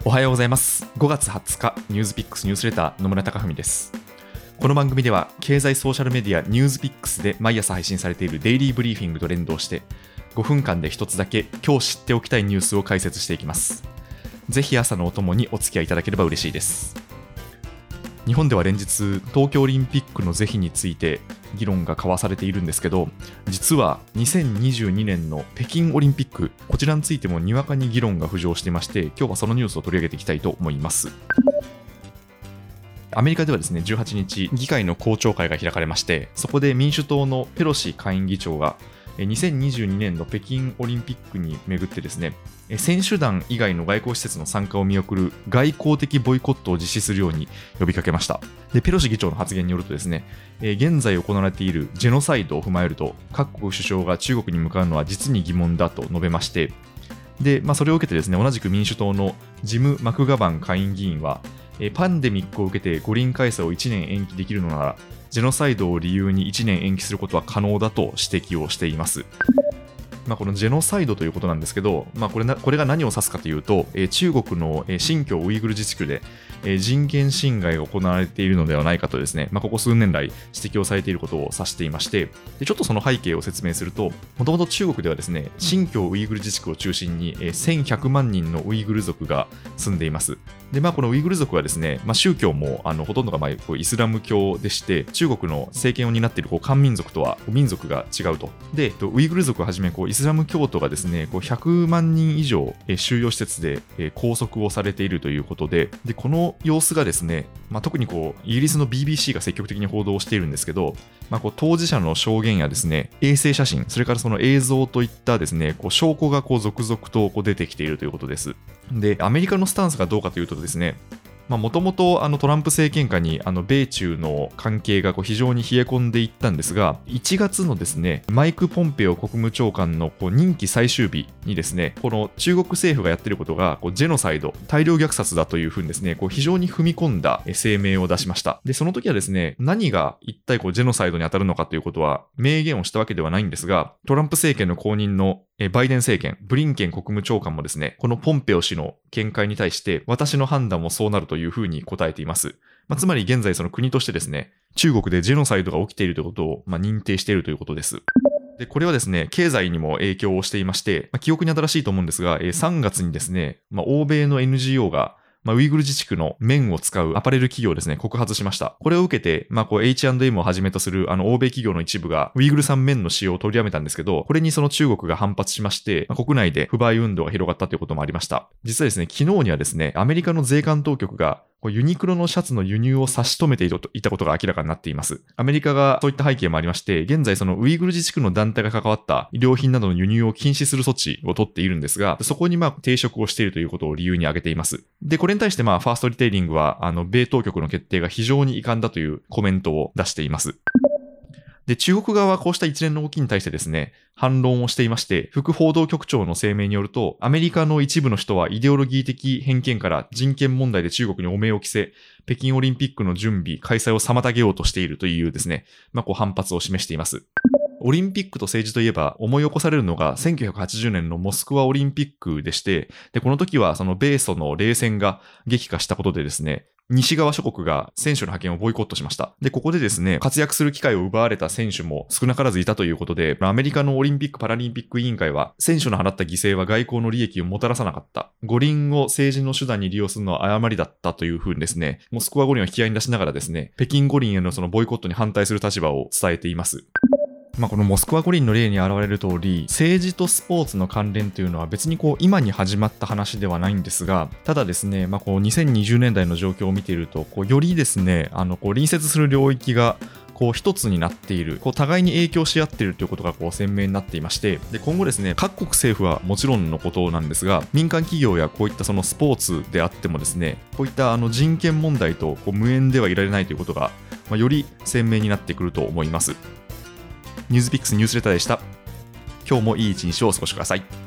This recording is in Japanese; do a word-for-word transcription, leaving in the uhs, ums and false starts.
おはようございます。ごがつはつかニュースピックスニュースレター野村貴文です。この番組では経済ソーシャルメディアニュースピックスで毎朝配信されているデイリーブリーフィングと連動してごふんかんで一つだけ今日知っておきたいニュースを解説していきます。ぜひ朝のお供にお付き合いいただければ嬉しいです。日本では連日東京オリンピックの是非について議論が交わされているんですけど、実はにせんにじゅうにねんの北京オリンピック、こちらについてもにわかに議論が浮上していまして、今日はそのニュースを取り上げていきたいと思います。アメリカではですね、じゅうはちにち議会の公聴会が開かれまして、そこで民主党のペロシ下院議長がにせんにじゅうにねんの北京オリンピックにめぐってですね、選手団以外の外交施設の参加を見送る外交的ボイコットを実施するように呼びかけました。で、ペロシ議長の発言によるとですね、現在行われているジェノサイドを踏まえると、各国首相が中国に向かうのは実に疑問だと述べまして、で、まあ、それを受けてですね、同じく民主党のジム・マクガバン下院議員は、パンデミックを受けて五輪開催をいちねん延期できるのなら、ジェノサイドを理由にいちねん延期することは可能だと指摘をしています。まあ、このジェノサイドということなんですけど、まあ、これなこれが何を指すかというと、えー、中国の、えー、新疆ウイグル自治区で、えー、人権侵害が行われているのではないかとですね、まあ、ここ数年来指摘をされていることを指していまして、でちょっとその背景を説明すると、もともと中国ではですね、新疆ウイグル自治区を中心に、えー、せんひゃくまんにんのウイグル族が住んでいます。で、まあ、このウイグル族はですね、まあ、宗教もあのほとんどがまあこうイスラム教でして、中国の政権を担っているこう漢民族とは民族が違うと。で、ウイグル族をはじめこうイスラム教徒がですね、こうひゃくまんにん以上収容施設で拘束をされているということで、でこの様子がですね、まあ、特にこうイギリスの ビービーシー が積極的に報道しているんですけど、まあ、こう当事者の証言やですね、衛星写真、それからその映像といったですね、こう証拠がこう続々とこう出てきているということです。で、アメリカのスタンスがどうかというとですね、もともとトランプ政権下にあの米中の関係がこう非常に冷え込んでいったんですが、いちがつのですね、マイク・ポンペオ国務長官のこう任期最終日にですね、この中国政府がやっていることがこうジェノサイド、大量虐殺だというふうにですね、こう非常に踏み込んだ声明を出しました。で、その時はですね、何が一体こうジェノサイドに当たるのかということは明言をしたわけではないんですが、トランプ政権の後任のバイデン政権、ブリンケン国務長官もですね、このポンペオ氏の見解に対して、私の判断もそうなるというふうに答えています。まあ、つまり現在その国としてですね、中国でジェノサイドが起きているということを、まあ、認定しているということです。で、これはですね、経済にも影響をしていまして、まあ、記憶に新しいと思うんですが、さんがつにですね、まあ、欧米の エヌジーオー がまあ、ウイグル自治区の綿を使うアパレル企業をですね、告発しました。これを受けて、まあ、こう エイチアンドエム をはじめとするあの欧米企業の一部がウイグル産綿の使用を取りやめたんですけど、これにその中国が反発しまして、まあ、国内で不買運動が広がったということもありました。実はですね、昨日にはですね、アメリカの税関当局がユニクロのシャツの輸入を差し止めていたことが明らかになっています。アメリカがそういった背景もありまして、現在そのウイグル自治区の団体が関わった衣料品などの輸入を禁止する措置を取っているんですが、そこにまあ抵触をしているということを理由に挙げています。で、これに対してまあファーストリテイリングはあの米当局の決定が非常に遺憾だというコメントを出しています。で、中国側はこうした一連の動きに対してですね、反論をしていまして、副報道局長の声明によると、アメリカの一部の人はイデオロギー的偏見から人権問題で中国に汚名を着せ、北京オリンピックの準備、開催を妨げようとしているというですね、まあ、こう反発を示しています。オリンピックと政治といえば思い起こされるのがせんきゅうひゃくはちじゅうねんのモスクワオリンピックでして、で、この時はその米ソの冷戦が激化したことでですね、西側諸国が選手の派遣をボイコットしました。で、ここでですね、活躍する機会を奪われた選手も少なからずいたということで、アメリカのオリンピック・パラリンピック委員会は、選手の払った犠牲は外交の利益をもたらさなかった。五輪を政治の手段に利用するのは誤りだったというふうにですね、モスクワ五輪を引き合いに出しながらですね、北京五輪へのそのボイコットに反対する立場を伝えています。まあ、このモスクワ五輪の例に現れる通り、政治とスポーツの関連というのは別にこう今に始まった話ではないんですが、ただですね、まあ、こうにせんにじゅうねんだいの状況を見ていると、こうよりですね、あのこう隣接する領域がこう一つになっている、こう互いに影響し合っているということがこう鮮明になっていまして、で今後ですね、各国政府はもちろんのことなんですが、民間企業やこういったそのスポーツであってもですね、こういったあの人権問題とこう無縁ではいられないということが、まあ、より鮮明になってくると思います。ニュースピックスニュースレターでした。今日もいい一日をお過ごしください。